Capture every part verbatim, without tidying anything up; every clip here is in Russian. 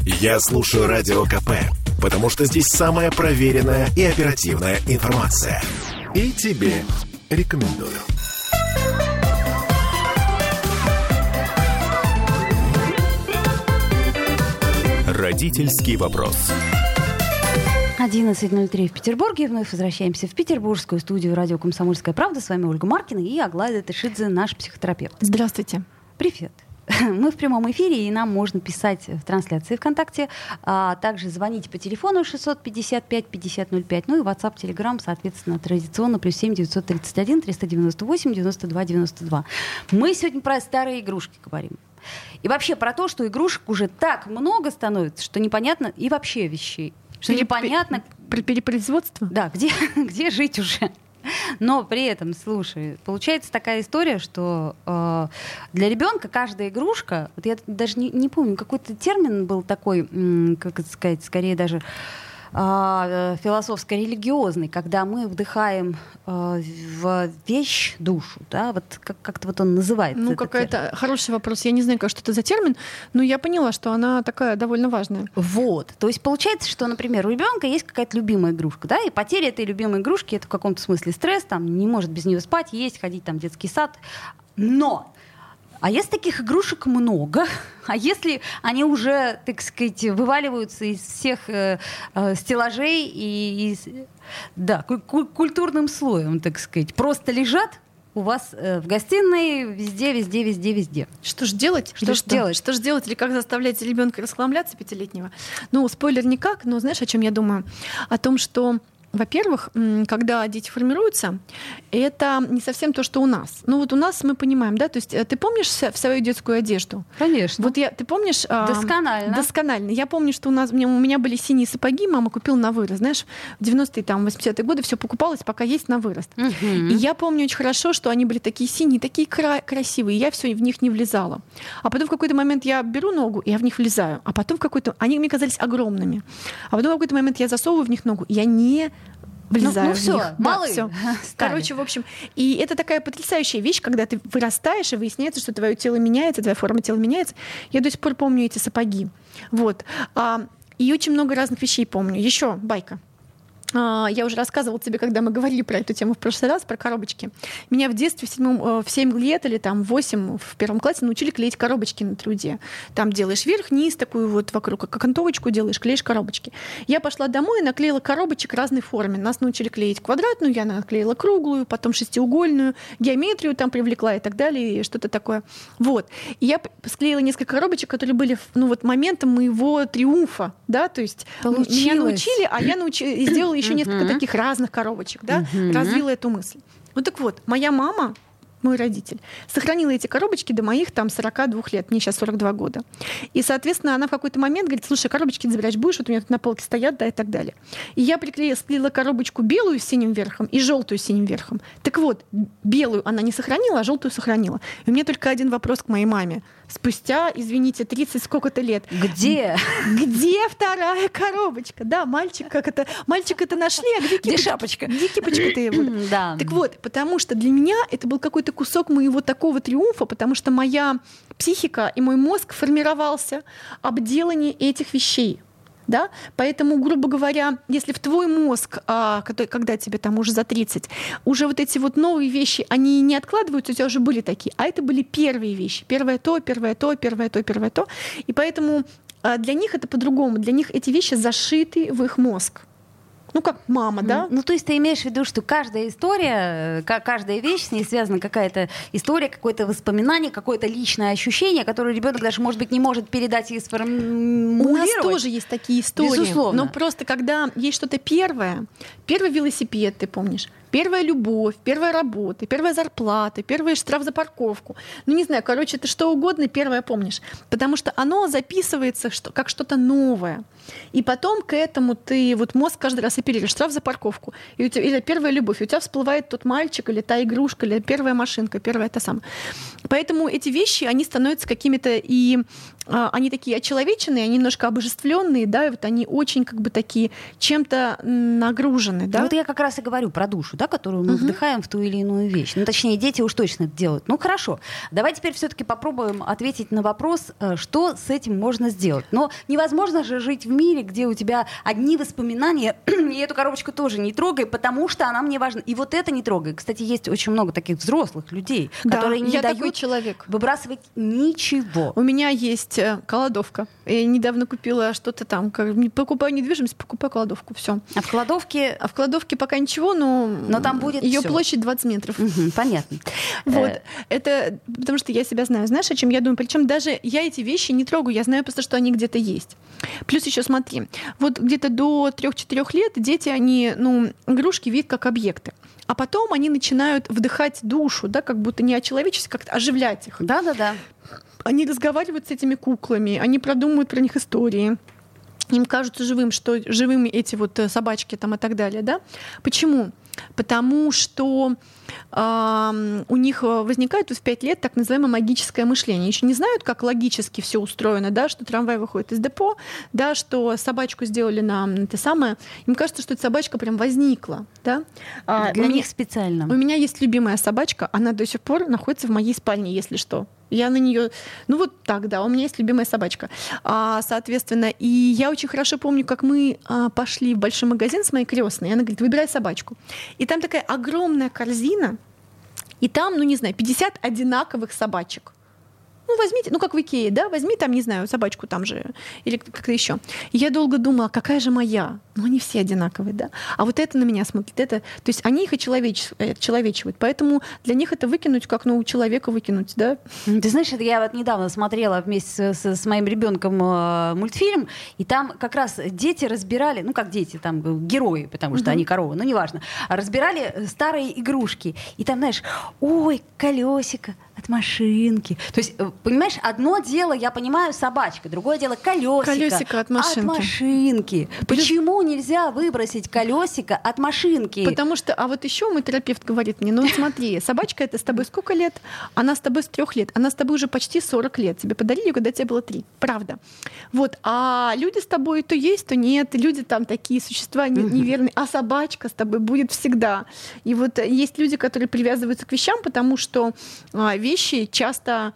Я слушаю Радио КП, потому что здесь самая проверенная и оперативная информация. И тебе рекомендую. Родительский вопрос. одиннадцать ноль три в Петербурге. Вновь возвращаемся в петербургскую студию радио «Комсомольская правда». С вами Ольга Маркина и Аглая Тышидзе, наш психотерапевт. Здравствуйте. Привет. Мы в прямом эфире, и нам можно писать в трансляции ВКонтакте, а также звонить по телефону шестьсот пятьдесят пять пятьдесят ноль пять, ну и WhatsApp, Telegram, соответственно, традиционно, плюс семь девятьсот тридцать один триста девяносто восемь девяносто два девяносто два. Мы сегодня про старые игрушки говорим. И вообще про то, что игрушек уже так много становится, что непонятно, и вообще вещей, что Пере- непонятно... Про перепроизводство? Да, где, где жить уже. Но при этом, слушай, получается такая история, что э, для ребенка каждая игрушка, вот я даже не, не помню, какой-то термин был такой, м, как это сказать, скорее даже э, философско-религиозный, когда мы вдыхаем э, в вещь душу, да, вот как- как-то вот он называется. Ну, этот какой-то термин. хороший вопрос. Я не знаю, как что это за термин, но я поняла, что она такая довольно важная. Вот. То есть получается, что, например, у ребенка есть какая-то любимая игрушка, да, и потеря этой любимой игрушки — это в каком-то смысле стресс, там, не может без нее спать, есть, ходить там в детский сад. Но! А если таких игрушек много, а если они уже, так сказать, вываливаются из всех э, э, стеллажей и из, да, ку- ку- культурным слоем, так сказать, просто лежат у вас э, в гостиной везде, везде, везде, везде. Что же делать? Что Или ж делать? Что же делать? Или как заставлять ребенка расхламляться пятилетнего? Ну, спойлер никак, но знаешь, о чем я думаю? О том, что, во-первых, м, когда дети формируются, это не совсем то, что у нас. Ну вот у нас мы понимаем, да, то есть э, ты помнишь ся- в свою детскую одежду? Конечно. Вот я, ты помнишь? а, Досконально. Досконально. Я помню, что у нас у меня, у меня были синие сапоги, мама купила на вырост. Знаешь, в девяностые, там, восьмидесятые годы все покупалось, пока есть на вырост. Мгм. И я помню очень хорошо, что они были такие синие, такие кра- красивые, и я все в них не влезала. А потом в какой-то момент я беру ногу, и я в них влезаю. А потом в какой-то... Они мне казались огромными. А потом в какой-то момент я засовываю в них ногу, и я не влезаю ну в всё, них. малы всё. стали. Короче, в общем, и это такая потрясающая вещь, когда ты вырастаешь, и выясняется, что твое тело меняется, твоя форма тела меняется. Я до сих пор помню эти сапоги. Вот. А, и очень много разных вещей помню. Еще байка. А, Я уже рассказывала тебе, когда мы говорили про эту тему в прошлый раз, про коробочки. Меня в детстве в, седьмом, э, в семь лет или там в восемь в первом классе научили клеить коробочки на труде. Там делаешь вверх-вниз, такую вот вокруг, как окантовочку делаешь, клеишь коробочки. Я пошла домой и наклеила коробочек разной формы. Нас научили клеить квадратную, я наклеила круглую, потом шестиугольную, геометрию там привлекла и так далее, и что-то такое. Вот. И я п- склеила несколько коробочек, которые были ну, вот моментом моего триумфа, да, то есть м- меня Получилось. научили, а я научи- и сделала еще несколько таких разных коробочек, да, развила эту мысль. Ну так вот, моя мама, мой родитель, сохранила эти коробочки до моих там сорока двух лет, мне сейчас сорок два года. И, соответственно, она в какой-то момент говорит, слушай, коробочки забирать будешь, вот у меня тут на полке стоят, да, и так далее. И я приклеила, склеила коробочку белую с синим верхом и желтую с синим верхом. Так вот, белую она не сохранила, а желтую сохранила. И у меня только один вопрос к моей маме. Спустя, извините, тридцать сколько-то лет. Где? Где вторая коробочка? Да, мальчик, как это? Мальчик это нашли, а где, Где кипоч- шапочка? Где кипочка-то его? Да. Так вот, потому что для меня это был какой-то кусок моего такого триумфа, потому что моя психика и мой мозг формировался об делании этих вещей. Да? Поэтому, грубо говоря, если в твой мозг, а, который- когда тебе там уже за тридцать, уже вот эти вот новые вещи, они не откладываются, у тебя уже были такие, а это были первые вещи. Первое то, первое то, первое то, первое то. И поэтому а, для них это по-другому. Для них эти вещи зашиты в их мозг. Ну, как мама, да? Ну, то есть ты имеешь в виду, что каждая история, ка- каждая вещь, с ней связана какая-то история, какое-то воспоминание, какое-то личное ощущение, которое ребенок даже, может быть, не может передать и сформулировать. У нас тоже есть такие истории. Безусловно. Но просто когда есть что-то первое, первый велосипед, ты помнишь, первая любовь, первая работа, первая зарплата, первый штраф за парковку. Ну, не знаю, короче, это что угодно, первое помнишь. Потому что оно записывается что, как что-то новое. И потом к этому ты, вот мозг каждый раз оперируешь, штраф за парковку, и у тебя, или первая любовь, и у тебя всплывает тот мальчик, или та игрушка, или первая машинка, первая та самая. Поэтому эти вещи, они становятся какими-то и а, они такие очеловеченные, они немножко обожествленные, да, и вот они очень как бы такие чем-то нагружены, да. Вот я как раз и говорю про душу, да, да, которую мы Мгм. вдыхаем в ту или иную вещь. Ну, точнее, дети уж точно это делают. Ну, хорошо. Давай теперь все-таки попробуем ответить на вопрос, э, что с этим можно сделать. Но невозможно же жить в мире, где у тебя одни воспоминания, и эту коробочку тоже не трогай, потому что она мне важна. И вот это не трогай. Кстати, есть очень много таких взрослых людей, Да, которые не я такой дают человек. выбрасывать ничего. У меня есть э, кладовка. Я недавно купила что-то там. Как, не покупаю недвижимость, покупаю кладовку. Все. А в кладовке... А в кладовке пока ничего, но, Но там будет ее всё. площадь двадцать метров. Мгм, понятно. Вот. Э, Это потому что я себя знаю. Знаешь, о чем я думаю? Причем даже я эти вещи не трогаю, я знаю просто, что они где-то есть. Плюс еще смотри, вот где-то до трех-четырех лет дети, они, ну, игрушки видят как объекты. А потом они начинают вдыхать душу, да, как будто не очеловечить, как-то оживлять их. Да-да-да. Они разговаривают с этими куклами, они продумывают про них истории. Им кажутся живым, что живыми эти вот э, собачки там и так далее, да? Почему? Потому что э, у них возникает вот в пять лет так называемое магическое мышление. Еще не знают, как логически все устроено, да, что трамвай выходит из депо, да, что собачку сделали на это самое. Им кажется, что эта собачка прям возникла, да. А, Для у них меня- специально. У меня есть любимая собачка, она до сих пор находится в моей спальне, если что. Я на нее, ну вот так, да, у меня есть любимая собачка. А, соответственно, и я очень хорошо помню, как мы а, пошли в большой магазин с моей крестной, и она говорит, выбирай собачку. И там такая огромная корзина, и там, ну не знаю, пятьдесят одинаковых собачек. Ну, возьмите, ну, как в Икее, да, возьми там, не знаю, собачку там же, или как-то еще. И я долго думала, какая же моя? Ну, они все одинаковые, да. А вот это на меня смотрит, это... То есть они их очеловечивают, поэтому для них это выкинуть, как, ну, у человека выкинуть, да. Ты знаешь, это я вот недавно смотрела вместе с, с моим ребенком э, мультфильм, и там как раз дети разбирали, ну как дети, там э, герои, потому что Мгм. они коровы, ну неважно, разбирали старые игрушки. И там, знаешь, ой, колесико от машинки. То есть, э, понимаешь, одно дело, я понимаю, собачка, другое дело колесико, Колесико от машинки. От машинки. Почему нельзя выбросить колесико от машинки? Потому что, а вот еще мой терапевт говорит мне, ну вот смотри, собачка это с тобой сколько лет? Она с тобой с трех лет, она с тобой уже почти сорок лет. Тебе подарили, когда тебе было три. Правда. Вот. А люди с тобой то есть, то нет. Люди там такие существа не- неверные. А собачка с тобой будет всегда. И вот есть люди, которые привязываются к вещам, потому что а, вещи часто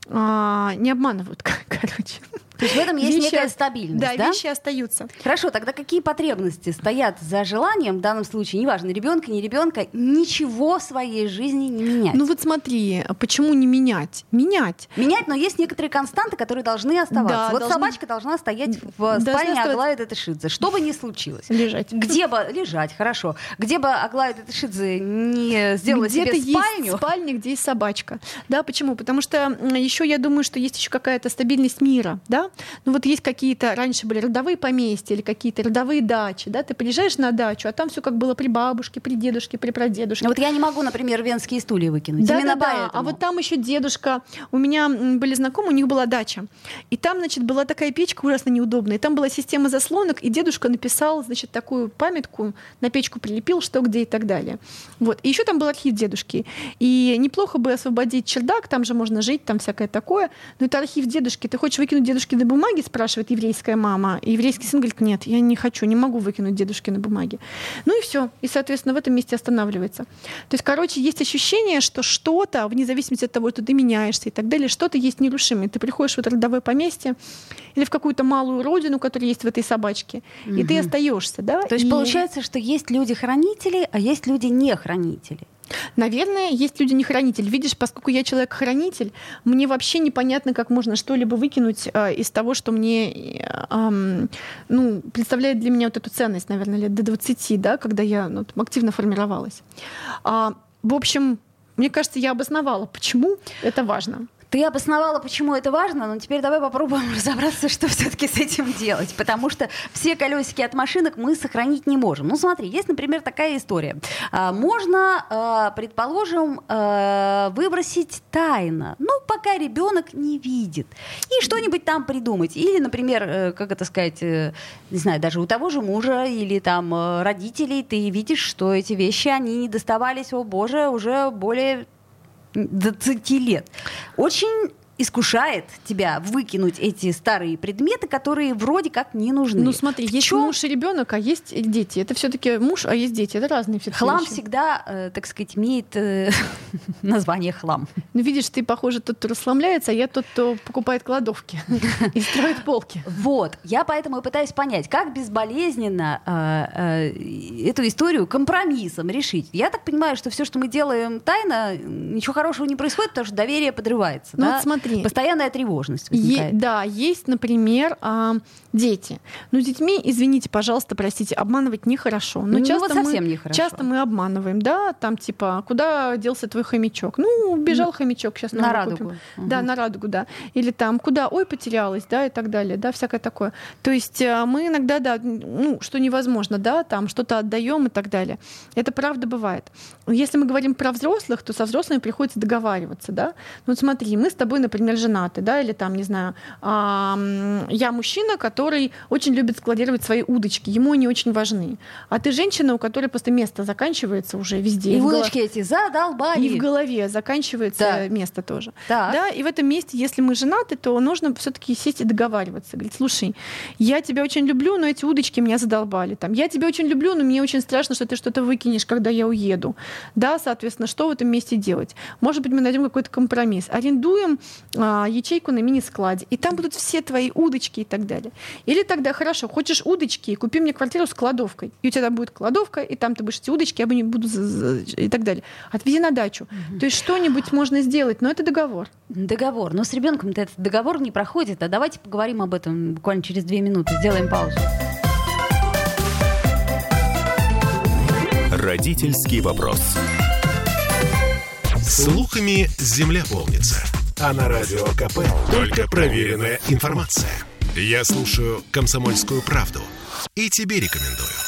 а, не обманывают, короче. То есть в этом есть Вещи- некая стабильность, Да, да? вещи остаются. Хорошо, тогда какие потребности стоят за желанием, в данном случае, неважно, ребенка, не ребенка, ничего в своей жизни не менять? Ну вот смотри, почему не менять? Менять. Менять, но есть некоторые константы, которые должны оставаться. Да, вот должны- собачка должна стоять в Должна спальне оставаться. Аглая Датышидзе, что бы ни случилось. Лежать. Где бы лежать, хорошо. Где бы Аглая Датышидзе не сделала Где-то себе есть спальню. спальня, где есть собачка. Да, почему? Потому что еще я думаю, что есть еще какая-то стабильность мира, да. Ну вот есть какие-то, раньше были родовые поместья или какие-то родовые дачи, да, ты приезжаешь на дачу, а там все как было при бабушке, при дедушке, при прадедушке. Вот я не могу, например, венские стулья выкинуть. Да, Именно да, да. поэтому. А вот там еще дедушка. У меня м, были знакомые, у них была дача. И там, значит, была такая печка ужасно неудобная. И там была система заслонок, и дедушка написал, значит, такую памятку, на печку прилепил, что, где и так далее. Вот. И еще там был архив дедушки. И неплохо бы освободить чердак, там же можно жить, там всякое такое. Но это архив дедушки. Ты хочешь выкинуть дедушки на бумаге, спрашивает еврейская мама. И еврейский сын говорит, нет, я не хочу, не могу выкинуть дедушки на бумаге. Ну и все. И, соответственно, в этом месте останавливается. То есть, короче, есть ощущение, что что-то, вне зависимости от того, что ты меняешься и так далее, что-то есть нерушимое. Ты приходишь в это родовое поместье или в какую-то малую родину, которая есть в этой собачке, и ты остаешься, да? То есть И, получается, что есть люди-хранители, а есть люди-не-хранители. наверное, есть люди не хранители. Видишь, поскольку я человек-хранитель, мне вообще непонятно, как можно что-либо выкинуть э, из того, что мне э, эм, ну, представляет для меня вот эту ценность, наверное, лет до двадцати, да, когда я ну, там активно формировалась. А, в общем, мне кажется, я обосновала, почему это важно. Ты обосновала, почему это важно, но теперь давай попробуем разобраться, что все-таки с этим делать. Потому что все колесики от машинок мы сохранить не можем. Ну смотри, есть, например, такая история. А, можно, а, предположим, а, выбросить тайно, ну, пока ребенок не видит. И что-нибудь там придумать. Или, например, э, как это сказать, э, не знаю, даже у того же мужа или там э, родителей ты видишь, что эти вещи, они не доставались, о боже, уже более двадцати лет. Очень искушает тебя выкинуть эти старые предметы, которые вроде как не нужны. Ну смотри, В есть чём? муж и ребенок, а есть дети. Это все-таки муж, а есть дети. Это разные все Хлам вещи. всегда, э, так сказать, имеет э, название хлам. Ну видишь, ты, похоже, тот, кто расслабляется, а я тот, кто покупает кладовки и строит полки. Вот, я поэтому и пытаюсь понять, как безболезненно э, э, эту историю компромиссом решить. Я так понимаю, что все, что мы делаем тайно, ничего хорошего не происходит, потому что доверие подрывается. Ну да? вот смотри. Постоянная тревожность Е- возникает. да, есть, например, а, дети. Ну, с детьми, извините, пожалуйста, простите, обманывать нехорошо. Но Ну, часто вот совсем мы, нехорошо. часто мы обманываем, да, там типа, куда делся твой хомячок? Ну, бежал хомячок, сейчас На новый радугу. купим. Мгм. Да, на радугу, да. Или там, куда, ой, потерялась, да, и так далее, да, всякое такое. То есть а, мы иногда, да, ну, что невозможно, да, там что-то отдаем и так далее. Это правда бывает. Если мы говорим про взрослых, то со взрослыми приходится договариваться, да. Ну, вот смотри, мы с тобой, например, женаты, да, или там, не знаю, а, я мужчина, который очень любит складировать свои удочки, ему они очень важны. А ты женщина, у которой просто место заканчивается уже везде. И в голо- удочки эти задолбали. и в голове заканчивается Да. место тоже. Так. Да, и в этом месте, если мы женаты, то нужно все-таки сесть и договариваться. Говорить, слушай, я тебя очень люблю, но эти удочки меня задолбали. Там, я тебя очень люблю, но мне очень страшно, что ты что-то выкинешь, когда я уеду. Да, соответственно, что в этом месте делать? Может быть, мы найдем какой-то компромисс. Арендуем а, ячейку на мини-складе, и там будут все твои удочки и так далее. Или тогда, хорошо, хочешь удочки, купи мне квартиру с кладовкой. И у тебя там будет кладовка, и там ты будешь эти удочки, я бы не буду за- за- и так далее. Отвези на дачу. То есть что-нибудь можно сделать, но это договор. Договор. Но с ребенком-то этот договор не проходит. А давайте поговорим об этом буквально через две минуты. Сделаем паузу. Родительский вопрос. Слухами земля полнится. А на радио КП только проверенная информация. Я слушаю «Комсомольскую правду» и тебе рекомендую.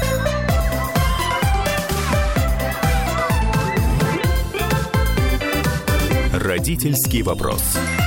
Родительский вопрос.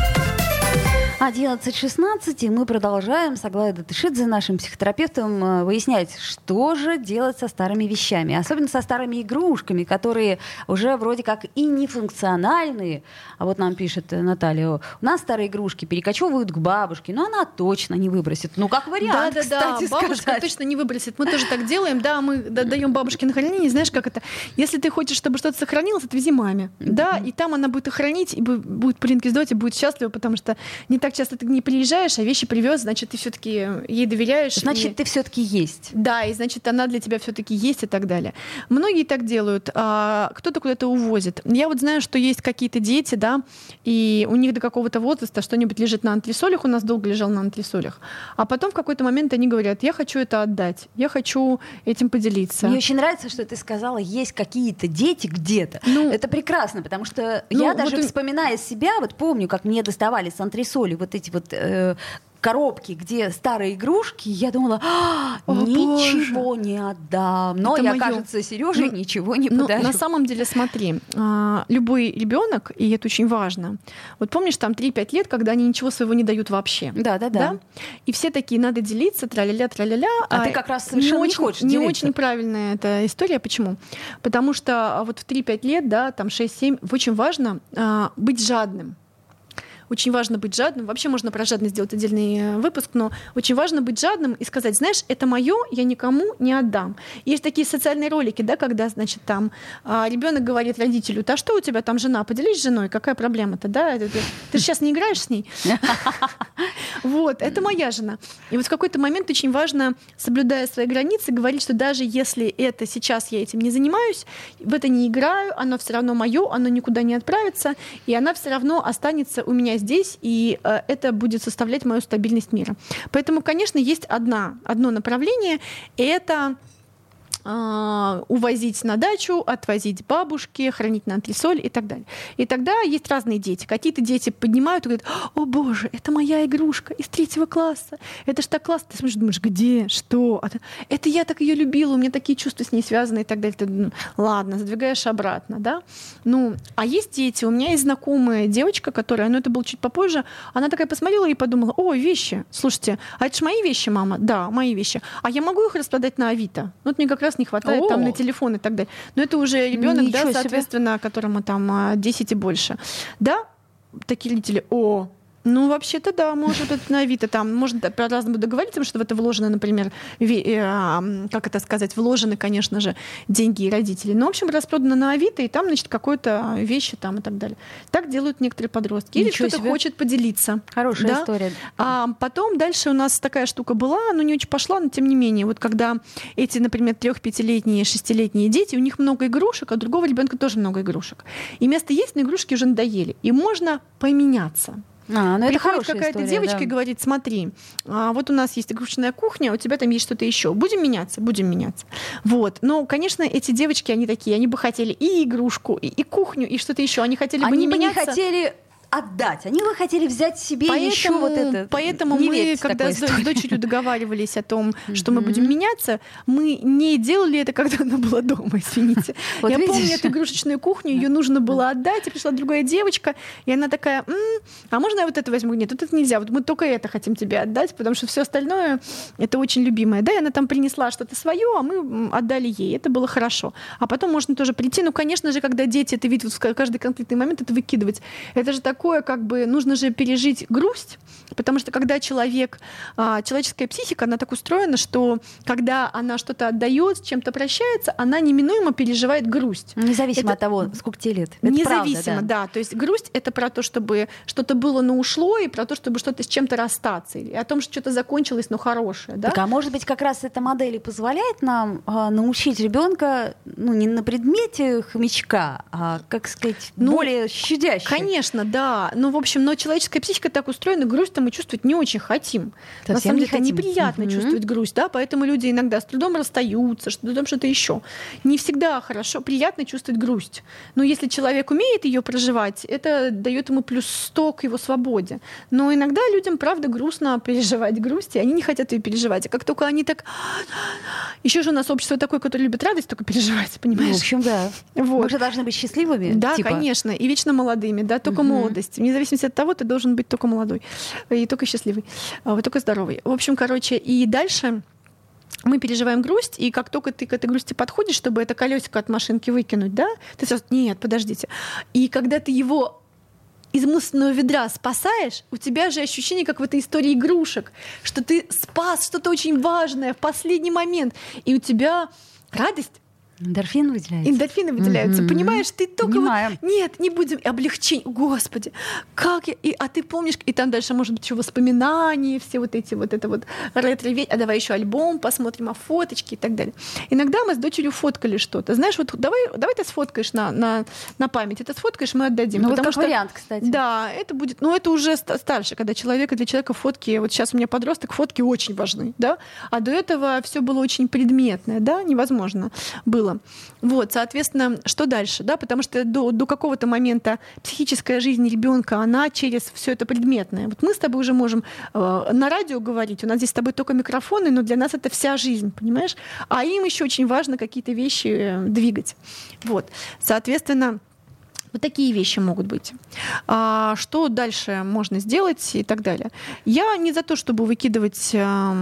одиннадцать шестнадцать, и мы продолжаем с Аглаей Датышидзе, нашим психотерапевтом, э, выяснять, что же делать со старыми вещами. Особенно со старыми игрушками, которые уже вроде как и не функциональные. А вот нам пишет э, Наталья, у нас старые игрушки перекочевывают к бабушке, но она точно не выбросит. Ну, как вариант, Да, да, да. кстати Бабушка сказать. точно не выбросит. Мы тоже так делаем. Да, мы даем бабушке на хранение. Знаешь, как это? Если ты хочешь, чтобы что-то сохранилось, отвези маме. Да, и там она будет их хранить, и бу- будет пылинки сдавать, и будет счастлива, потому что не так часто ты не приезжаешь, а вещи привез, значит, ты все-таки ей доверяешь. Значит, и- ты все-таки есть. Да, и значит, она для тебя все-таки есть и так далее. Многие так делают. А кто-то куда-то увозит. Я вот знаю, что есть какие-то дети, да, и у них до какого-то возраста что-нибудь лежит на антресолях, у нас долго лежал на антресолях. А потом в какой-то момент они говорят, я хочу это отдать, я хочу этим поделиться. Мне очень нравится, что ты сказала, есть какие-то дети где-то. Ну, это прекрасно, потому что ну, я вот даже и- вспоминая себя, вот помню, как мне доставали с антресоли вот эти вот э, коробки, где старые игрушки, я думала, «А, О, ничего не отдам. Но Это я, моё. кажется, Сереже Ну, ничего не Ну, подарю. на самом деле, смотри, а, любой ребенок, и это очень важно. Вот помнишь, там три-пять лет, когда они ничего своего не дают вообще. Да, да, да. И все такие, надо делиться, тра-ля-ля, тра-ля-ля. А ты как раз совершенно не очень, хочешь Не делиться. очень правильная эта история. Почему? Потому что а, вот в три-пять лет, да, там шесть-семь, очень важно а, быть жадным. Очень важно быть жадным. Вообще можно про жадность сделать отдельный э, выпуск, но очень важно быть жадным и сказать, знаешь, это мое, я никому не отдам. Есть такие социальные ролики, да, когда, значит, там ребенок говорит родителю, да что у тебя там жена, поделись с женой, какая проблема-то, да? Ты, ты, ты же сейчас не играешь с ней? Вот, это моя жена. И вот в какой-то момент очень важно, соблюдая свои границы, говорить, что даже если это сейчас я этим не занимаюсь, в это не играю, оно все равно мое, оно никуда не отправится, и она все равно останется у меня здесь, и э, это будет составлять мою стабильность мира. Поэтому, конечно, есть одна, одно направление, и это э, увозить на дачу, отвозить бабушке, хранить на антресоль и так далее. И тогда есть разные дети. Какие-то дети поднимают и говорят, о боже, это моя игрушка из третьего класса. Это ж так классно. Ты смотришь, думаешь, где, что? Это я так ее любила, у меня такие чувства с ней связаны и так далее. Ты, ну, ладно, задвигаешь обратно, да? Ну, а есть дети. У меня есть знакомая девочка, которая, ну это было чуть попозже, она такая посмотрела и подумала, о, вещи, слушайте, а это ж мои вещи, мама? Да, мои вещи. А я могу их распродать на Авито? Ну, вот мне как раз не хватает О! там на телефон и так далее. Но это уже ребенок, Ничего да, себе. соответственно, которому там а, десять и больше. Да, такие родители: о, ну, вообще-то, да, может, это на Авито, там можно по-разному договориться, что в это вложено, например, ве- э, как это сказать, вложены, конечно же, деньги и родители. Но, в общем, распродано на Авито, и там, значит, какой-то вещи там и так далее. Так делают некоторые подростки. Или Ничего кто-то себе. хочет поделиться. Хорошая Да? история. А потом дальше у нас такая штука была, но не очень пошла, но тем не менее. Вот когда эти, например, трех-пятилетние, шестилетние дети, у них много игрушек, а у другого ребенка тоже много игрушек. И место есть, но игрушки уже надоели. И можно поменяться. А, ну это Приходит хорошая какая-то история, девочка да. и говорит: смотри, а, вот у нас есть игрушечная кухня, у тебя там есть что-то еще. Будем меняться? Будем меняться. Вот. Но, конечно, эти девочки, они такие, они бы хотели и игрушку, и, и кухню, и что-то еще. Они хотели Они бы не бы не меняться. хотели отдать. Они бы хотели взять себе Поэтому, еще вот это. поэтому Не мы, верьте когда такой с, истории. с дочерью договаривались о том, что мы будем меняться, мы не делали это, когда она была дома, извините. Вот Я видишь? помню эту игрушечную кухню, ее нужно было отдать, и пришла другая девочка, и она такая: «М, а можно я вот это возьму? Нет, вот это нельзя, вот мы только это хотим тебе отдать, потому что все остальное это очень любимое. Да, и она там принесла что-то свое, а мы м, отдали ей. Это было хорошо. А потом можно тоже прийти. Ну, конечно же, когда дети это видят, вот в каждый конкретный момент это выкидывать. Это же такое, как бы, нужно же пережить грусть, потому что когда человек, а, человеческая психика, она так устроена, что когда она что-то отдает, с чем-то прощается, она неминуемо переживает грусть. Независимо Это- от того, сколько тебе лет. Это Независимо, правда, да. То есть грусть — это про то, чтобы что-то было, но ушло, и про то, чтобы что-то с чем-то расстаться, или о том, что что-то закончилось, но хорошее. Да? Так, а может быть, как раз эта модель и позволяет нам а, научить ребенка, ну, не на предмете хомячка, а, как сказать, Ну, более щадяще. Конечно, да. Ну, в общем, но человеческая психика так устроена, грусть-то мы чувствовать не очень хотим. На Совсем самом не деле, это хотим. неприятно Мгм. чувствовать грусть, да, поэтому люди иногда с трудом расстаются, что там что-то еще. Не всегда хорошо, приятно чувствовать грусть. Но если человек умеет ее проживать, это дает ему плюс сто к его свободе. Но иногда людям, правда, грустно переживать грусть, и они не хотят ее переживать. А как только они так... Еще же у нас общество такое, которое любит радость только переживать, Ну, понимаешь? в общем, да. Вот. Мы же должны быть счастливыми. Да, типа. конечно, и вечно молодыми, да, только Мгм. молодость. Вне зависимости от того, ты должен быть только молодой и только счастливый, а, вот только здоровый. В общем, короче, и дальше мы переживаем грусть, и как только ты к этой грусти подходишь, чтобы это колесико от машинки выкинуть, да, ты сразу: нет, подождите. И когда ты его из мусорного ведра спасаешь, у тебя же ощущение, как в этой истории игрушек, что ты спас что-то очень важное в последний момент, и у тебя радость. Эндорфин выделяется. Эндорфины выделяются, Мгм. понимаешь? Ты только Понимаю. вот, нет, не будем, и облегчение, Господи, как я, и, а ты помнишь, и там дальше может быть еще воспоминания, все вот эти вот это вот ретро, а давай еще альбом посмотрим, а фоточки и так далее. Иногда мы с дочерью фоткали что-то, знаешь, вот давай, давай ты сфоткаешь на, на, на память, это сфоткаешь, мы отдадим. Ну, вот потому как что, вариант, кстати. да, это будет, ну это уже ста- старше, когда человека, для человека фотки, вот сейчас у меня подросток, фотки очень важны, да, а до этого все было очень предметное, да, невозможно было. Вот, соответственно, что дальше, да, потому что до, до какого-то момента психическая жизнь ребенка, она через все это предметное. Вот мы с тобой уже можем э, на радио говорить, у нас здесь с тобой только микрофоны, но для нас это вся жизнь, понимаешь? А им еще очень важно какие-то вещи э, двигать. Вот, соответственно, вот такие вещи могут быть. А что дальше можно сделать и так далее. Я не за то, чтобы выкидывать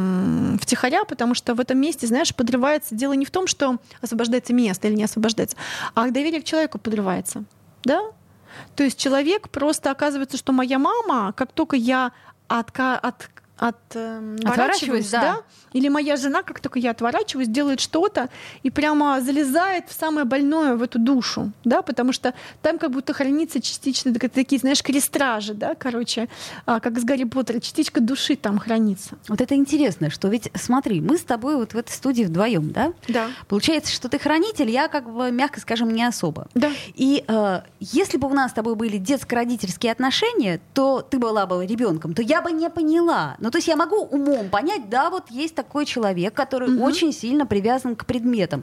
эм, втихаря, потому что в этом месте, знаешь, подрывается дело не в том, что освобождается место или не освобождается, а доверие к человеку подрывается. Да? То есть человек просто оказывается, что моя мама, как только я отка- от от, э, Отворачиваюсь, да. да, или моя жена, как только я отворачиваюсь, делает что-то и прямо залезает в самое больное, в эту душу, да, потому что там как будто хранится частично такие, знаешь, крестражи, да, короче, а, как с Гарри Поттера, частичка души там хранится. Вот это интересно, что ведь, смотри, мы с тобой вот в этой студии вдвоем, да? Да. Получается, что ты хранитель, я, как бы, мягко скажем, не особо. Да. И э, если бы у нас с тобой были детско-родительские отношения, то ты была бы ребенком, то я бы не поняла. Ну, то есть я могу умом понять, да, вот есть такой человек, который Мгм. очень сильно привязан к предметам.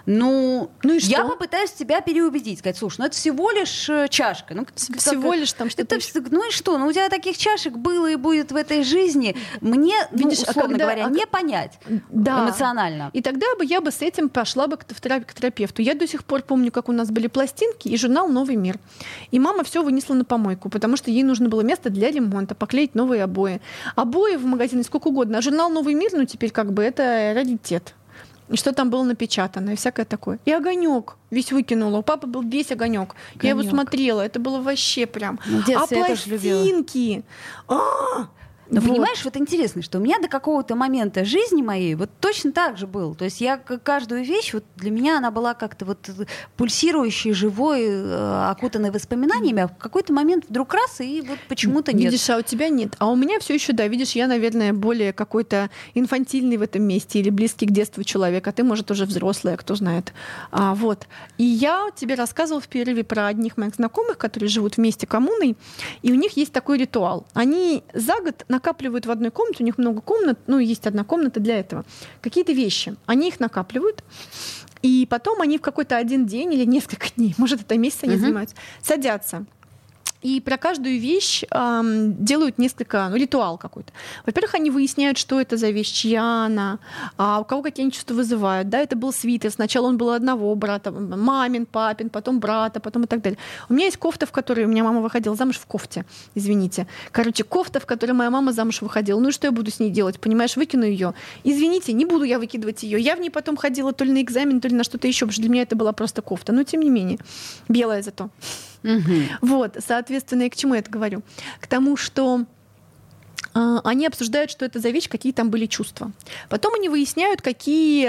Ну, Ну и я что? попытаюсь тебя переубедить, сказать: слушай, ну это всего лишь э, чашка. Ну, как- Всего лишь там что-то. это, вс- ну и что? Ну у тебя таких чашек было и будет в этой жизни. Мне, ну, Видишь, а условно когда- говоря, а не понять Да. эмоционально. И тогда бы я бы с этим пошла бы к, в терапи- к терапевту. Я до сих пор помню, как у нас были пластинки и журнал «Новый мир». И мама все вынесла на помойку, потому что ей нужно было место для ремонта, поклеить новые обои. Обои в магазине сколько угодно. А журнал «Новый мир», ну теперь как бы это раритет. и что там было напечатано, и всякое такое. И огонек весь выкинула. У папы был весь огонек. Я его смотрела, это было вообще прям. Ну, а пластинки! А-а-а! Но вот. Понимаешь, вот интересно, что у меня до какого-то момента жизни моей вот точно так же было. То есть я каждую вещь, вот для меня она была как-то вот пульсирующей, живой, окутанной воспоминаниями, а в какой-то момент вдруг раз, и вот почему-то нет. Видишь, а у тебя нет. А у меня все еще, да, видишь, я, наверное, более какой-то инфантильный в этом месте или близкий к детству человек, а ты, может, уже взрослая, кто знает. А, вот. И я тебе рассказывала в перерыве про одних моих знакомых, которые живут вместе коммуной, и у них есть такой ритуал. Они за год накапливают в одной комнате, у них много комнат, ну, есть одна комната для этого, какие-то вещи. Они их накапливают, и потом они в какой-то один день или несколько дней, может, это месяц они uh-huh. занимаются, садятся. И про каждую вещь эм, делают несколько, ну, ритуал какой-то. Во-первых, они выясняют, что это за вещь, чья она, а у кого какие они чувства вызывают. Да, это был свитер, сначала он был одного брата, мамин, папин, потом брата, потом и так далее. У меня есть кофта, в которой у меня мама выходила замуж в кофте, извините. Короче, кофта, в которой моя мама замуж выходила. Ну и что я буду с ней делать, понимаешь, выкину ее. Извините, не буду я выкидывать ее. Я в ней потом ходила то ли на экзамен, то ли на что-то еще, потому что для меня это была просто кофта. Но тем не менее, белая зато. Угу. Вот, соответственно, и к чему я это говорю? К тому, что э, они обсуждают, что это за вещь, какие там были чувства. Потом они выясняют, какие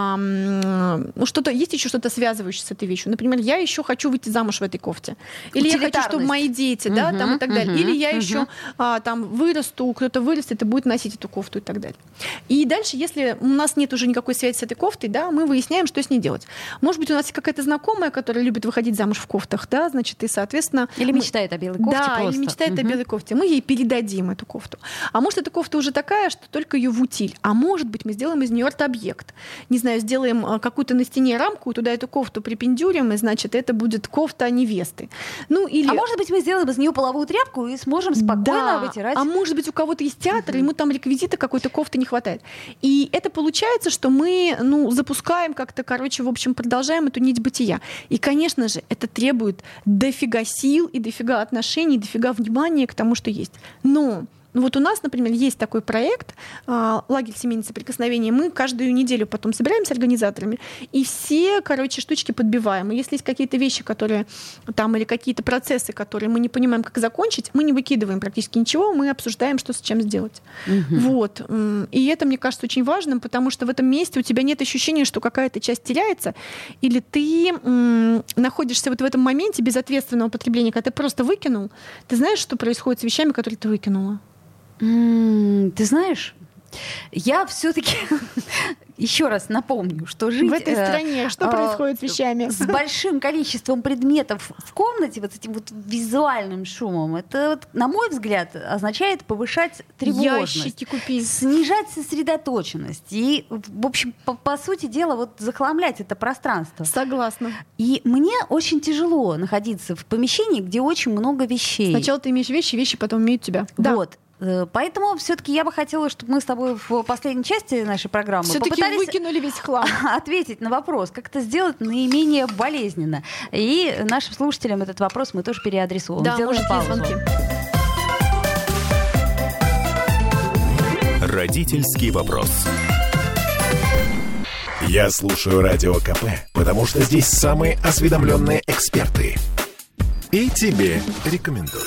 э, ну, что-то есть еще что-то связывающее с этой вещью. Например, я еще хочу выйти замуж в этой кофте, или я хочу, чтобы мои дети, угу, да, там и так угу, далее, или я угу. еще э, там вырасту, кто-то вырастет и будет носить эту кофту и так далее. И дальше, если у нас нет уже никакой связи с этой кофтой, да, мы выясняем, что с ней делать. Может быть, у нас есть какая-то знакомая, которая любит выходить замуж в кофтах, да, значит, и, соответственно... Или мечтает мы... о белой кофте да, просто. или мечтает угу. о белой кофте. Мы ей передадим эту кофту. А может, эта кофта уже такая, что только ее в утиль. А может быть, мы сделаем из нее арт-объект. Не знаю, сделаем какую-то на стене рамку, туда эту кофту припендюрим, и, значит, это будет кофта невесты. Ну, или... А может быть, мы сделаем из нее половую тряпку и сможем спокойно да. вытирать. А может быть, у кого-то есть театр, угу. ему там реквизита какой-то кофты не хватает. И это получается, что мы, ну, запускаем как-то, короче, в общем, продолжаем эту нить бытия. И, конечно же, это требует дофига сил и дофига отношений, дофига внимания к тому, что есть. Но ну вот у нас, например, есть такой проект «Лагерь семейных соприкосновений». Мы каждую неделю потом собираемся с организаторами и все, короче, штучки подбиваем. И если есть какие-то вещи, которые там, или какие-то процессы, которые мы не понимаем, как закончить, мы не выкидываем практически ничего, мы обсуждаем, что с чем сделать. Угу. Вот. И это, мне кажется, очень важным, потому что в этом месте у тебя нет ощущения, что какая-то часть теряется, или ты м- находишься вот в этом моменте безответственного потребления, когда ты просто выкинул. Ты знаешь, что происходит с вещами, которые ты выкинула? Ты знаешь, я все-таки еще раз напомню, что жить в этой стране, что э, происходит с вещами, с большим количеством предметов в комнате, вот с этим вот визуальным шумом, это, вот, на мой взгляд, означает повышать тревожность, ящики купить, снижать сосредоточенность и, в общем, по, по сути дела, вот захламлять это пространство. Согласна. И мне очень тяжело находиться в помещении, где очень много вещей. Сначала ты имеешь вещи, вещи потом имеют тебя. Вот. Да. Поэтому все-таки я бы хотела, чтобы мы с тобой в последней части нашей программы все-таки попытались выкинули весь хлам. Ответить на вопрос, как это сделать наименее болезненно. И нашим слушателям этот вопрос мы тоже переадресуем. Да, Сделаем паузу. Звонки. Родительский вопрос. Я слушаю Радио КП, потому что здесь самые осведомленные эксперты. И тебе рекомендую.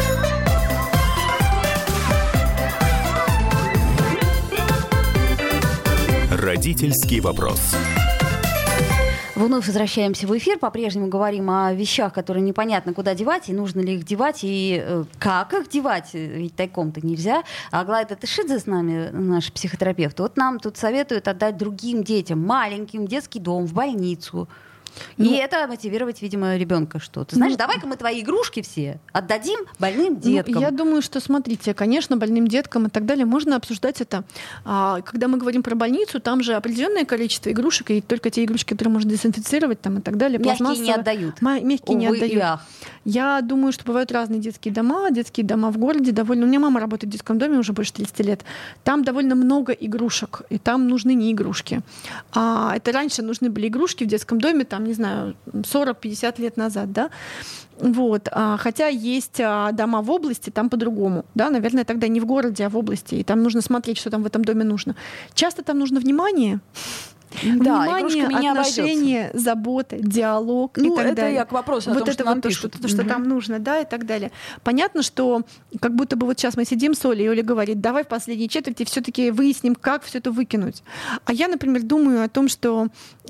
Родительский вопрос. Вновь возвращаемся в эфир. По-прежнему говорим о вещах, которые непонятно куда девать, и нужно ли их девать, и э, как их девать, ведь тайком-то нельзя. Аглая Татышидзе с нами, наш психотерапевт, вот нам тут советуют отдать другим детям, маленьким, в детский дом, в больницу. И ну, это мотивировать, видимо, ребенка, что ты знаешь, ну, давай-ка мы твои игрушки все отдадим больным деткам. Ну, я думаю, что, смотрите, конечно, больным деткам и так далее можно обсуждать это. А, когда мы говорим про больницу, там же определенное количество игрушек, и только те игрушки, которые можно дезинфицировать там, и так далее. Мягкие не отдают. Ма- мягкие Увы, не отдают. Ях. Я думаю, что бывают разные детские дома. Детские дома в городе довольно... У меня мама работает в детском доме уже больше тридцати лет. Там довольно много игрушек, и там нужны не игрушки. А, это раньше нужны были игрушки в детском доме, там, не знаю, сорок-пятьдесят лет назад, да, вот, а, хотя есть а, дома в области, там по-другому, да, наверное, тогда не в городе, а в области, и там нужно смотреть, что там в этом доме нужно. Часто там нужно внимание, Да, Внимание, отношения, забота, диалог ну, и так это далее. я к вопросу о вот том, это что вот нам то, пишут. что, то, что Мгм. там нужно, да, и так далее. Понятно, что как будто бы вот сейчас мы сидим с Олей, и Оля говорит, давай в последней четверти все-таки выясним, как все это выкинуть. А я, например, думаю о том, что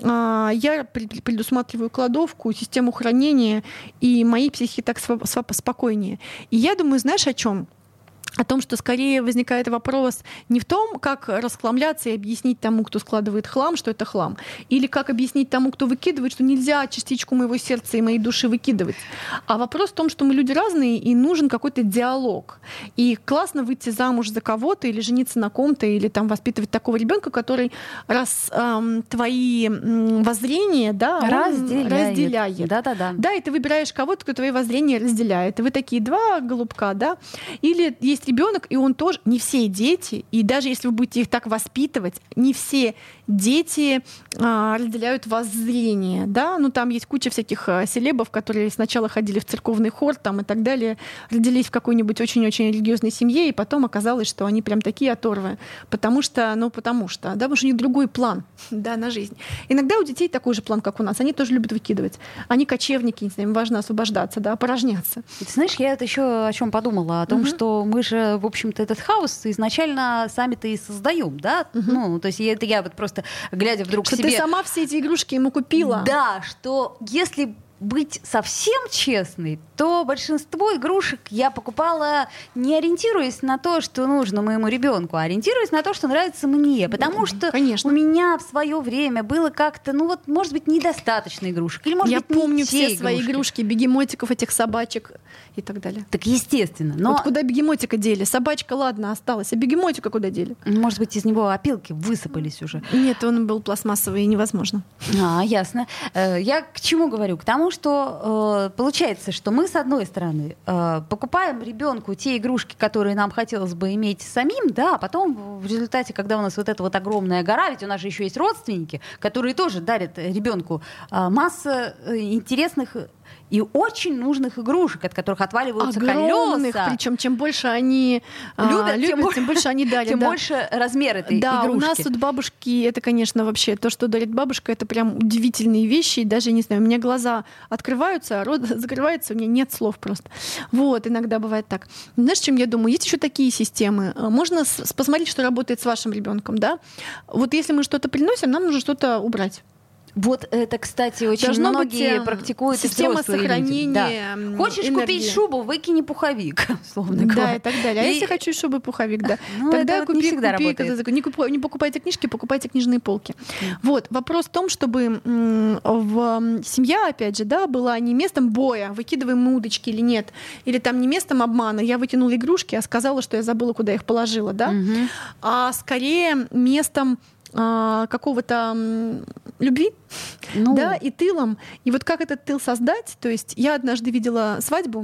а, я пред- предусматриваю кладовку, систему хранения, и моей психике так сво- сво- спокойнее. И я думаю, знаешь, о чем? О том, что скорее возникает вопрос не в том, как расхламляться и объяснить тому, кто складывает хлам, что это хлам, или как объяснить тому, кто выкидывает, что нельзя частичку моего сердца и моей души выкидывать. А вопрос в том, что мы люди разные, и нужен какой-то диалог. И классно выйти замуж за кого-то, или жениться на ком-то, или там воспитывать такого ребенка, который раз эм, твои м, воззрения, да, он Разделяет. разделяет. Да-да-да. Да, и ты выбираешь кого-то, кто твои воззрения разделяет. И вы такие два голубка, да. Или есть ребенок, и он тоже, не все дети, и даже если вы будете их так воспитывать, не все дети а, разделяют воззрение, да. Ну, там есть куча всяких а, селебов, которые сначала ходили в церковный хор там и так далее, родились в какой-нибудь очень-очень религиозной семье, и потом оказалось, что они прям такие оторвы, потому что, ну, потому что, да, потому что у них другой план, да, на жизнь. Иногда у детей такой же план, как у нас, они тоже любят выкидывать. Они кочевники, не знаю, им важно освобождаться, да, порожняться. И ты знаешь, я это еще о чем подумала, о том, Мгм. что мы же, в общем-то, этот хаос изначально сами-то и создаем, да? Ну, то есть это я вот просто, глядя вдруг Что себе... ты сама все эти игрушки ему купила. Да, что если быть совсем честной, то большинство игрушек я покупала не ориентируясь на то, что нужно моему ребенку, а ориентируясь на то, что нравится мне. Потому что конечно. у меня в свое время было как-то, ну вот, может быть, недостаточно игрушек. Или, может Я быть, не помню те все свои игрушки. игрушки, бегемотиков, этих собачек и так далее. Так естественно. Но, Вот куда бегемотика дели? Собачка, ладно, осталась. А бегемотика куда дели? может быть, из него опилки высыпались уже. Нет, он был пластмассовый и невозможно. А, ясно. Э, Я к чему говорю? К тому, что э, получается, что мы, с одной стороны, э, покупаем ребенку те игрушки, которые нам хотелось бы иметь самим, да, а потом в результате, когда у нас вот эта вот огромная гора, ведь у нас же еще есть родственники, которые тоже дарят ребенку э, масса э, интересных и очень нужных игрушек, от которых отваливаются Огромных, колеса. причем чем больше они а, Любят, любят, тем тем, больше они дарят. Тем да. больше размер этой Да, игрушки. у нас тут бабушки, это, конечно, вообще то, что дарит бабушка, это прям удивительные вещи. И даже, не знаю, у меня глаза открываются, а рот закрывается, у меня нет слов просто. Вот, иногда бывает так. Знаешь, чем я думаю? Есть еще такие системы. Можно с- посмотреть, что работает с вашим ребенком, да? Вот если мы что-то приносим, нам нужно что-то убрать. Вот это, кстати, очень Должно многие быть, э, практикуют и система взрослые люди. сохранения, Да. м, Хочешь энергии. купить шубу, выкини пуховик, условно Да, говоря. и так далее. А И- если хочу, чтобы пуховик, да. Ну, Тогда это вот не купи, всегда купи, работает. когда- не, купу- не покупайте книжки, покупайте книжные полки. Вот. Вопрос в том, чтобы м, в м, семья, опять же, да, была не местом боя, выкидываем мы удочки или нет, или там не местом обмана, я вытянула игрушки, а сказала, что я забыла, куда их положила, да, Мгм. а скорее местом а, какого-то м, любви, Ну, да, и тылом. И вот как этот тыл создать? То есть я однажды видела свадьбу,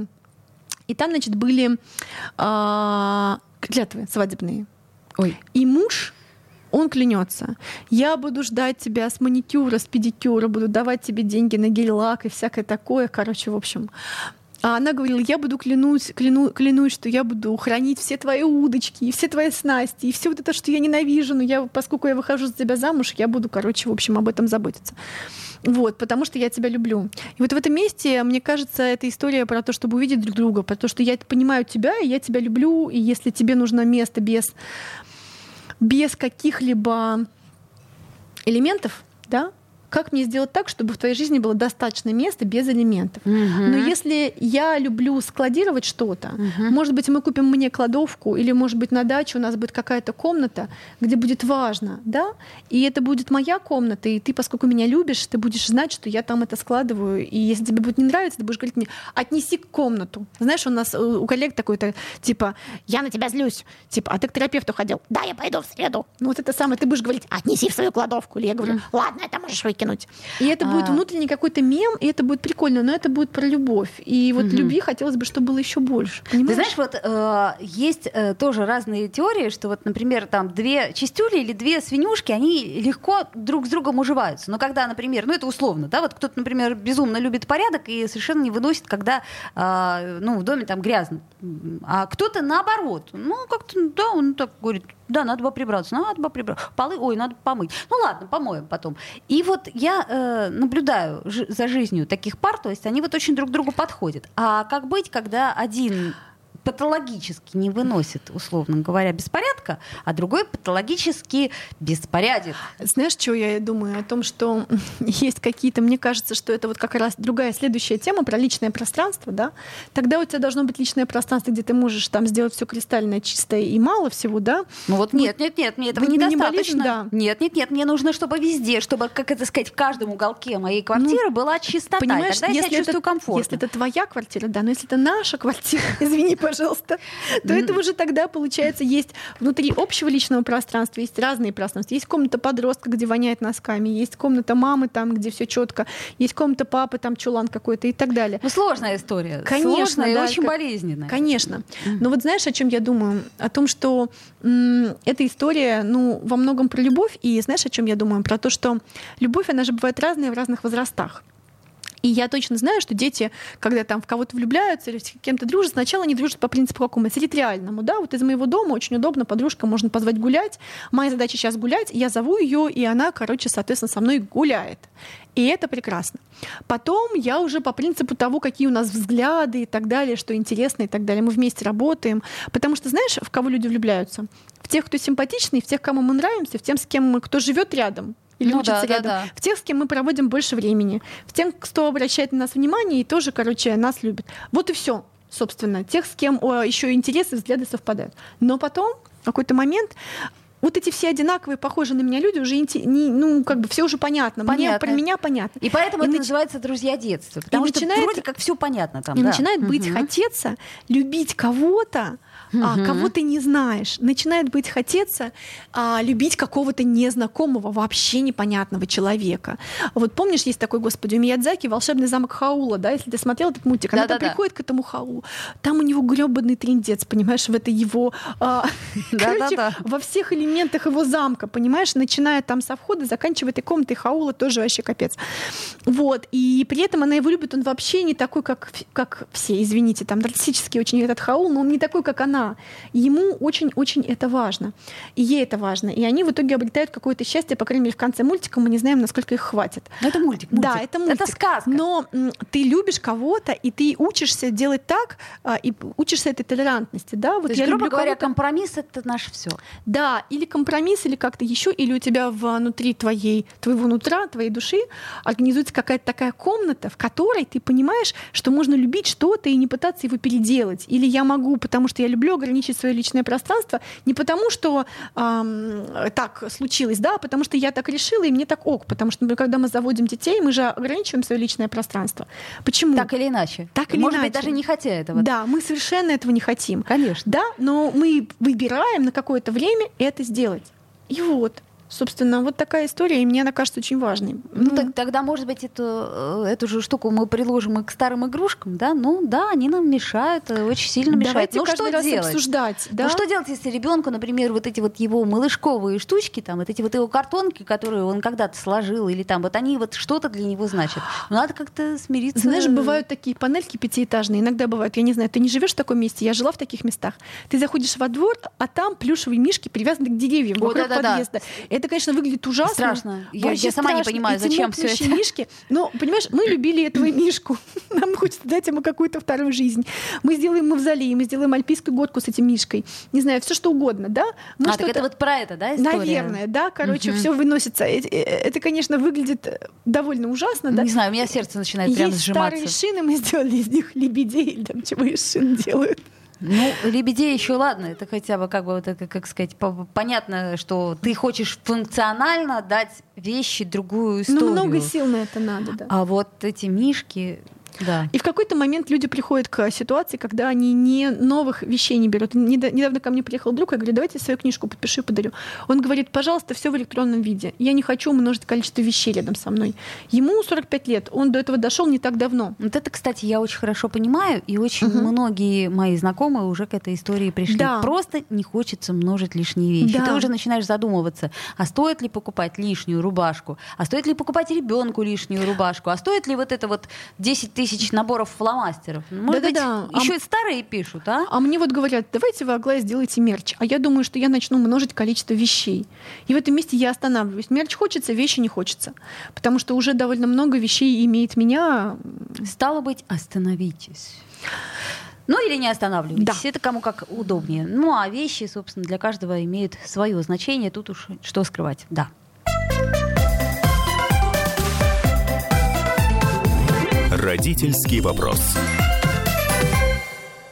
и там, значит, были а, клятвы свадебные. Ой. И муж, он клянется: я буду ждать тебя с маникюра, с педикюра, буду давать тебе деньги на гель-лак и всякое такое. Короче, в общем. А она говорила: я буду клянусь, кляну, клянусь, что я буду хранить все твои удочки, и все твои снасти, и все вот это, что я ненавижу, но я, поскольку я выхожу за тебя замуж, я буду, короче, в общем, об этом заботиться. Вот, потому что я тебя люблю. И вот в этом месте, мне кажется, эта история про то, чтобы увидеть друг друга, про то, что я понимаю тебя, и я тебя люблю, и если тебе нужно место без, без каких-либо элементов, да, как мне сделать так, чтобы в твоей жизни было достаточно места без элементов? Мгм. Но если я люблю складировать что-то, Мгм. может быть, мы купим мне кладовку, или, может быть, на даче у нас будет какая-то комната, где будет важно, да, и это будет моя комната, и ты, поскольку меня любишь, ты будешь знать, что я там это складываю, и если тебе будет не нравиться, ты будешь говорить мне: отнеси к комнату. Знаешь, у нас э, у коллег такой-то, типа: я на тебя злюсь, типа: а ты к терапевту ходил? Да, я пойду в среду. Ну вот это самое, ты будешь говорить: отнеси в свою кладовку. Или я говорю: ладно, это можешь выкинуть. И это будет А. внутренний какой-то мем, и это будет прикольно, но это будет про любовь. И вот любви хотелось бы, чтобы было еще больше. Ты Понимаешь? знаешь, вот э, есть э, тоже разные теории, что вот, например, там две чистюли или две свинюшки, они легко друг с другом уживаются. Но когда, например, ну это условно, да, вот кто-то, например, безумно любит порядок и совершенно не выносит, когда, э, ну, в доме там грязно. А кто-то наоборот, ну как-то, да, он так говорит: да, надо бы прибраться, надо бы прибраться. Полы, ой, надо помыть. Ну ладно, помоем потом. И вот я э, наблюдаю жи- за жизнью таких пар, то есть они вот очень друг к другу подходят. А как быть, когда один патологически не выносит, условно говоря, беспорядка, а другой патологически беспоряден? Знаешь, что я думаю? О том, что есть какие-то, мне кажется, что это вот как раз другая следующая тема про личное пространство, да? Тогда у тебя должно быть личное пространство, где ты можешь там сделать все кристально чистое и мало всего, да? Ну вот нет, нет, нет, мне этого вот недостаточно. Да. Нет, нет, нет, мне нужно, чтобы везде, чтобы, как это сказать, в каждом уголке моей квартиры ну, была чистота. Понимаешь, тогда я если себя чувствую это, комфортно. Если это твоя квартира, да, но если это наша квартира, извини, пожалуйста, то это уже тогда, получается, есть внутри общего личного пространства, есть разные пространства. Есть комната подростка, где воняет носками, есть комната мамы, там, где все четко, есть комната папы, там чулан какой-то и так далее. Ну, сложная история. Конечно, сложная да, и очень как... болезненная. Конечно. Но вот знаешь, о чем я думаю? О том, что м- эта история, ну, во многом про любовь. И знаешь, о чем я думаю? Про то, что любовь, она же бывает разная в разных возрастах. И я точно знаю, что дети, когда там в кого-то влюбляются или с кем-то дружат, сначала они дружат по принципу какому? Территориальному. Да? Вот из моего дома очень удобно, подружка можно позвать гулять. Моя задача сейчас гулять, я зову ее, и она, короче, соответственно, со мной гуляет. И это прекрасно. Потом я уже по принципу того, какие у нас взгляды и так далее, что интересно и так далее. Мы вместе работаем. Потому что, знаешь, в кого люди влюбляются? В тех, кто симпатичный, в тех, кому мы нравимся, в тех, с кем мы, кто живет рядом. Или ну, учатся да, рядом. Да, да. В тех, с кем мы проводим больше времени. В тех, кто обращает на нас внимание и тоже, короче, нас любит. Вот и все, собственно. Тех, с кем о, еще интересы, взгляды совпадают. Но потом, в какой-то момент, вот эти все одинаковые, похожие на меня люди уже, не, ну, как бы все уже понятно. понятно. Мне, про меня понятно. И поэтому и это нач... называется друзья детства. Потому и что начинает... вроде как все понятно там. И да. начинает быть угу. хотеться любить кого-то, угу. а, кого ты не знаешь. Начинает быть хотеться а, любить какого-то незнакомого, вообще непонятного человека. Вот помнишь, есть такой, господи, у Миядзаки «Волшебный замок Хаула», да, если ты смотрел этот мультик, она там приходит к этому Хаулу, там у него грёбаный трындец, понимаешь, в это его... А, короче, во всех элементах его замка, понимаешь, начиная там со входа, заканчивая этой комнатой Хаула, тоже вообще капец. Вот, и при этом она его любит, он вообще не такой, как, как все, извините, там нарциссический очень этот Хаул, но он не такой, как она. Ему очень-очень это важно. И ей это важно. И они в итоге обретают какое-то счастье, по крайней мере, в конце мультика, мы не знаем, насколько их хватит. Но это мультик, мультик. Да, это мультик. Это сказка. Но м, ты любишь кого-то, и ты учишься делать так, а, и учишься этой толерантности, да? Вот то есть, я грубо говоря, кого-то... компромисс — это наше все. Да, или компромисс, или как-то еще, или у тебя внутри твоей, твоего нутра, твоей души организуется какая-то такая комната, в которой ты понимаешь, что можно любить что-то и не пытаться его переделать. Или я могу, потому что я люблю ограничить свое личное пространство, не потому что эм, так случилось, да, а потому что я так решила, и мне так ок. Потому что, например, когда мы заводим детей, мы же ограничиваем свое личное пространство. Почему? Так или иначе. Так или Может иначе. быть, даже не хотя этого. Да, мы совершенно этого не хотим. Конечно. Да, но мы выбираем на какое-то время это сделать. И вот. Собственно, вот такая история, и мне она кажется очень важной. Ну, так, тогда, может быть, эту, эту же штуку мы приложим и к старым игрушкам, да? Ну, да, они нам мешают, очень сильно мешают. Давайте ну, каждый что раз делать? обсуждать. Да? Ну, что делать, если ребенку, например, вот эти вот его малышковые штучки, там, вот эти вот его картонки, которые он когда-то сложил, или там, вот они вот что-то для него значат. Ну, надо как-то смириться. Знаешь, бывают такие панельки пятиэтажные, иногда бывают, я не знаю, ты не живешь в таком месте, я жила в таких местах. Ты заходишь во двор, а там плюшевые мишки привязаны к деревьям вокруг О, да, да, подъезда. Да. Это, конечно, выглядит ужасно. Страшно. Я, я сама страшно. не понимаю, зачем все это. Мишки. Но, понимаешь, мы любили этого мишку. Нам хочется дать ему какую-то вторую жизнь. Мы сделаем мавзолей, мы сделаем альпийскую горку с этим мишкой. Не знаю, все что угодно, да? Мы а, так это вот про это, да, история? Наверное, да. Короче, угу. все выносится. Это, это, конечно, выглядит довольно ужасно, да? Не знаю, у меня сердце начинает прямо сжиматься. Есть старые шины, мы сделали из них лебедей, или там чего из шин делают. Ну, лебедей еще ладно, это хотя бы, как бы, вот это, как сказать, понятно, что ты хочешь функционально дать вещи другую историю. Ну, много сил на это надо, да. А вот эти мишки... Да. И в какой-то момент люди приходят к ситуации, когда они не новых вещей не берут. Недавно ко мне приехал друг, я говорю, давайте свою книжку подпишу и подарю. Он говорит, пожалуйста, все в электронном виде. Я не хочу умножить количество вещей рядом со мной. Ему сорок пять лет, он до этого дошел не так давно. Вот это, кстати, я очень хорошо понимаю, и очень угу. многие мои знакомые уже к этой истории пришли. Да. Просто не хочется множить лишние вещи. Да. Ты уже начинаешь задумываться, а стоит ли покупать лишнюю рубашку, а стоит ли покупать ребенку лишнюю рубашку, а стоит ли вот это вот десять тысяч тысяч наборов фломастеров. Может Да-да-да. быть, еще А и старые пишут, а? А мне вот говорят, давайте вы, Аглая, сделайте мерч. А я думаю, что я начну множить количество вещей. И в этом месте я останавливаюсь. Мерч хочется, вещи не хочется. Потому что уже довольно много вещей имеет меня. Стало быть, остановитесь. Ну или не останавливайтесь. Да. Это кому как удобнее. Ну а вещи, собственно, для каждого имеют свое значение. Тут уж что скрывать. Да. Родительский вопрос.